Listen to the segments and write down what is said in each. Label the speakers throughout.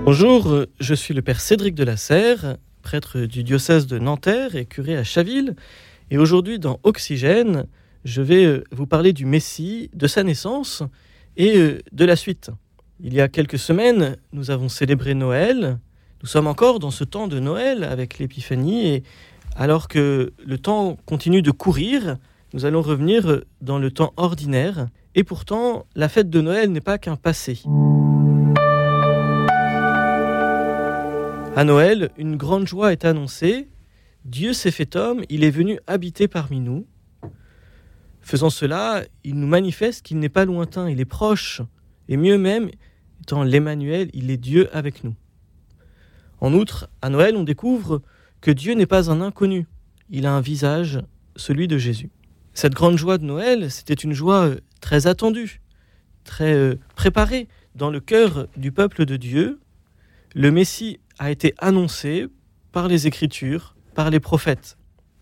Speaker 1: Bonjour, je suis le père Cédric de la Serre, prêtre du diocèse de Nanterre et curé à Chaville. Et aujourd'hui, dans Oxygène, je vais vous parler du Messie, de sa naissance et de la suite. Il y a quelques semaines, nous avons célébré Noël. Nous sommes encore dans ce temps de Noël avec l'Épiphanie. Et alors que le temps continue de courir, nous allons revenir dans le temps ordinaire. Et pourtant, la fête de Noël n'est pas qu'un passé. À Noël, une grande joie est annoncée. Dieu s'est fait homme, il est venu habiter parmi nous. Faisant cela, il nous manifeste qu'il n'est pas lointain, il est proche. Et mieux même, étant l'Emmanuel, il est Dieu avec nous. En outre, à Noël, on découvre que Dieu n'est pas un inconnu. Il a un visage, celui de Jésus. Cette grande joie de Noël, c'était une joie très attendue, très préparée dans le cœur du peuple de Dieu. Le Messie a été annoncé par les Écritures, par les prophètes.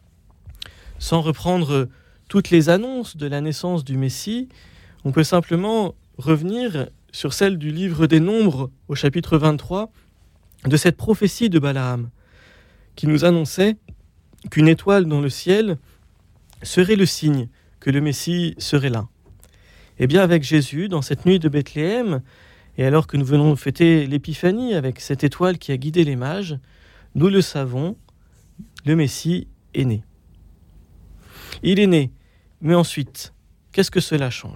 Speaker 1: Sans reprendre toutes les annonces de la naissance du Messie, on peut simplement revenir sur celle du livre des Nombres, au chapitre 23, de cette prophétie de Balaam, qui nous annonçait qu'une étoile dans le ciel serait le signe que le Messie serait là. Et bien avec Jésus, dans cette nuit de Bethléem, et alors que nous venons fêter l'Épiphanie avec cette étoile qui a guidé les mages, nous le savons, le Messie est né. Il est né, mais ensuite, qu'est-ce que cela change ?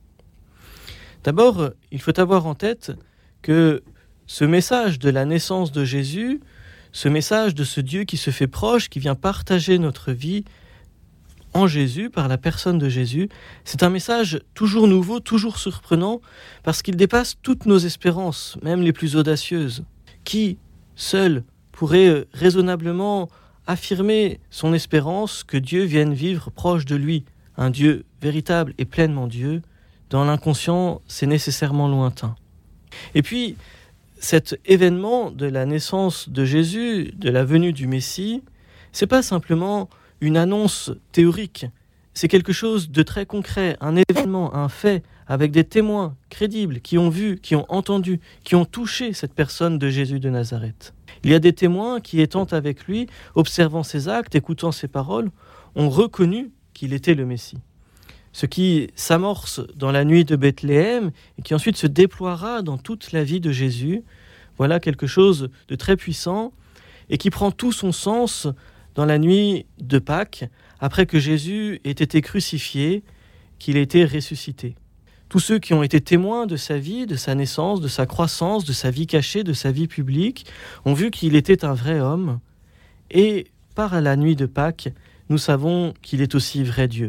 Speaker 1: D'abord, il faut avoir en tête que ce message de la naissance de Jésus, ce message de ce Dieu qui se fait proche, qui vient partager notre vie en Jésus, par la personne de Jésus, c'est un message toujours nouveau, toujours surprenant, parce qu'il dépasse toutes nos espérances, même les plus audacieuses. Qui, seul, pourrait raisonnablement affirmer son espérance que Dieu vienne vivre proche de lui, un Dieu véritable et pleinement Dieu? Dans l'inconscient, c'est nécessairement lointain. Et puis, cet événement de la naissance de Jésus, de la venue du Messie, c'est pas simplement une annonce théorique, c'est quelque chose de très concret, un événement, un fait, avec des témoins crédibles qui ont vu, qui ont entendu, qui ont touché cette personne de Jésus de Nazareth. Il y a des témoins qui, étant avec lui, observant ses actes, écoutant ses paroles, ont reconnu qu'il était le Messie. Ce qui s'amorce dans la nuit de Bethléem et qui ensuite se déploiera dans toute la vie de Jésus, voilà quelque chose de très puissant et qui prend tout son sens dans la nuit de Pâques, après que Jésus ait été crucifié, qu'il ait été ressuscité. Tous ceux qui ont été témoins de sa vie, de sa naissance, de sa croissance, de sa vie cachée, de sa vie publique, ont vu qu'il était un vrai homme. Et par la nuit de Pâques, nous savons qu'il est aussi vrai Dieu.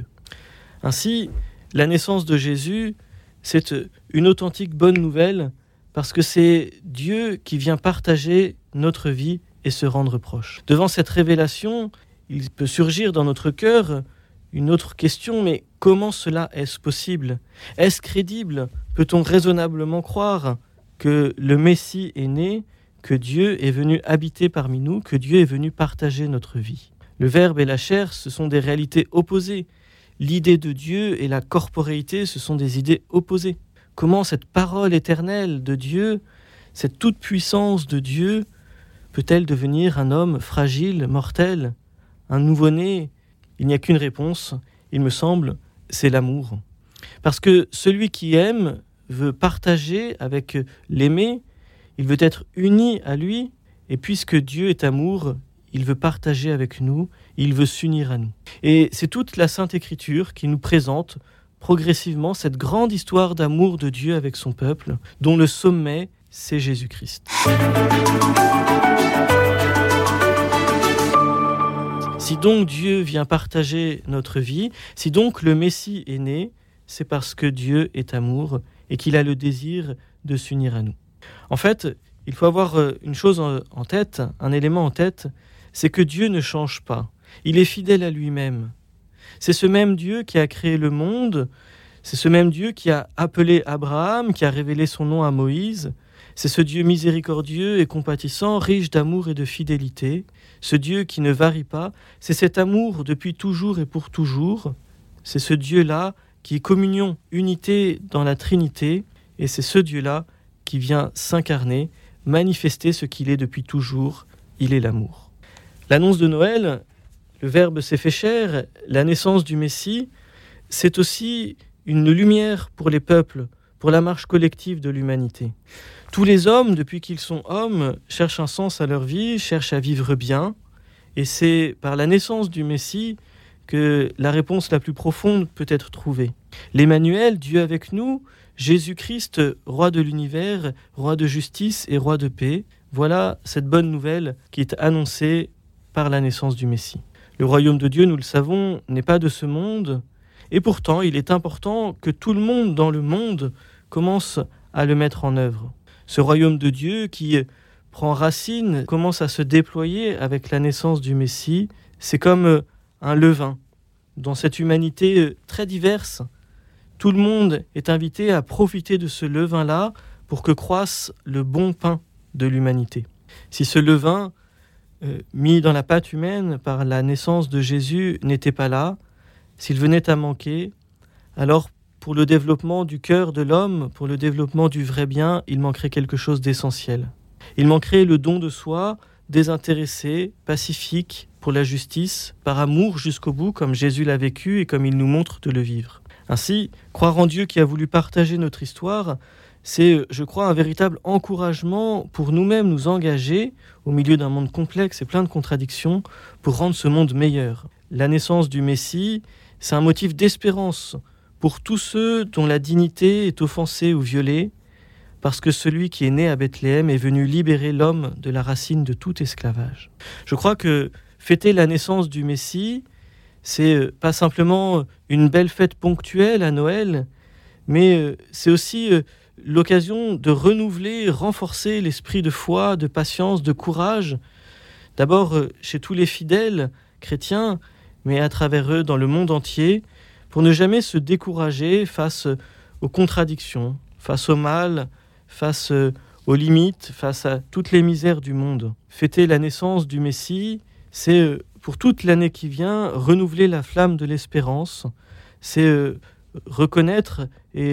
Speaker 1: Ainsi, la naissance de Jésus, c'est une authentique bonne nouvelle, parce que c'est Dieu qui vient partager notre vie et se rendre proche. Devant cette révélation, il peut surgir dans notre cœur une autre question, mais comment cela est-ce possible ? Est-ce crédible ? Peut-on raisonnablement croire que le Messie est né, que Dieu est venu habiter parmi nous, que Dieu est venu partager notre vie ? Le Verbe et la chair, ce sont des réalités opposées. L'idée de Dieu et la corporéité, ce sont des idées opposées. Comment cette parole éternelle de Dieu, cette toute-puissance de Dieu, peut-elle devenir un homme fragile, mortel, un nouveau-né ? Il n'y a qu'une réponse, il me semble, c'est l'amour. Parce que celui qui aime veut partager avec l'aimé, il veut être uni à lui, et puisque Dieu est amour, il veut partager avec nous, il veut s'unir à nous. Et c'est toute la Sainte Écriture qui nous présente progressivement cette grande histoire d'amour de Dieu avec son peuple, dont le sommet, c'est Jésus-Christ. Si donc Dieu vient partager notre vie, si donc le Messie est né, c'est parce que Dieu est amour et qu'il a le désir de s'unir à nous. En fait, il faut avoir une chose en tête, un élément en tête, c'est que Dieu ne change pas. Il est fidèle à lui-même. C'est ce même Dieu qui a créé le monde, c'est ce même Dieu qui a appelé Abraham, qui a révélé son nom à Moïse. C'est ce Dieu miséricordieux et compatissant, riche d'amour et de fidélité. Ce Dieu qui ne varie pas, c'est cet amour depuis toujours et pour toujours. C'est ce Dieu-là qui est communion, unité dans la Trinité. Et c'est ce Dieu-là qui vient s'incarner manifester ce qu'il est depuis toujours, il est l'amour. L'annonce de Noël, le Verbe s'est fait chair, la naissance du Messie, c'est aussi une lumière pour les peuples, pour la marche collective de l'humanité. Tous les hommes, depuis qu'ils sont hommes, cherchent un sens à leur vie, cherchent à vivre bien, et c'est par la naissance du Messie que la réponse la plus profonde peut être trouvée. L'Emmanuel, Dieu avec nous, Jésus-Christ, roi de l'univers, roi de justice et roi de paix, voilà cette bonne nouvelle qui est annoncée par la naissance du Messie. Le royaume de Dieu, nous le savons, n'est pas de ce monde, et pourtant il est important que tout le monde dans le monde commence à le mettre en œuvre. Ce royaume de Dieu qui prend racine, commence à se déployer avec la naissance du Messie, c'est comme un levain. Dans cette humanité très diverse, tout le monde est invité à profiter de ce levain-là pour que croisse le bon pain de l'humanité. Si ce levain, mis dans la pâte humaine par la naissance de Jésus, n'était pas là, s'il venait à manquer, alors pour le développement du cœur de l'homme, pour le développement du vrai bien, il manquerait quelque chose d'essentiel. Il manquerait le don de soi, désintéressé, pacifique, pour la justice, par amour jusqu'au bout, comme Jésus l'a vécu et comme il nous montre de le vivre. Ainsi, croire en Dieu qui a voulu partager notre histoire, c'est, je crois, un véritable encouragement pour nous-mêmes nous engager au milieu d'un monde complexe et plein de contradictions pour rendre ce monde meilleur. La naissance du Messie, c'est un motif d'espérance pour tous ceux dont la dignité est offensée ou violée, parce que celui qui est né à Bethléem est venu libérer l'homme de la racine de tout esclavage. Je crois que fêter la naissance du Messie, c'est pas simplement une belle fête ponctuelle à Noël, mais c'est aussi l'occasion de renouveler, renforcer l'esprit de foi, de patience, de courage, d'abord chez tous les fidèles chrétiens, mais à travers eux dans le monde entier, pour ne jamais se décourager face aux contradictions, face au mal, face aux limites, face à toutes les misères du monde. Fêter la naissance du Messie, c'est pour toute l'année qui vient renouveler la flamme de l'espérance, c'est reconnaître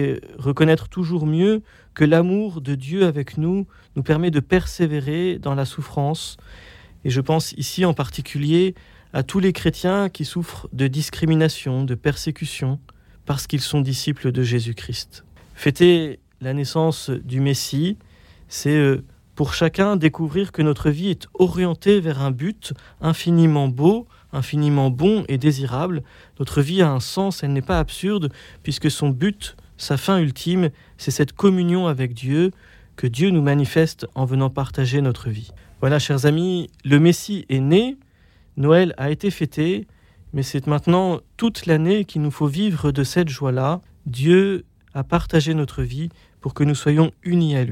Speaker 1: toujours mieux que l'amour de Dieu avec nous nous permet de persévérer dans la souffrance. Et je pense ici en particulier à tous les chrétiens qui souffrent de discrimination, de persécution, parce qu'ils sont disciples de Jésus-Christ. Fêter la naissance du Messie, c'est pour chacun découvrir que notre vie est orientée vers un but infiniment beau, infiniment bon et désirable. Notre vie a un sens, elle n'est pas absurde, puisque son but, sa fin ultime, c'est cette communion avec Dieu que Dieu nous manifeste en venant partager notre vie. Voilà, chers amis, le Messie est né, Noël a été fêté, mais c'est maintenant toute l'année qu'il nous faut vivre de cette joie-là. Dieu a partagé notre vie pour que nous soyons unis à lui.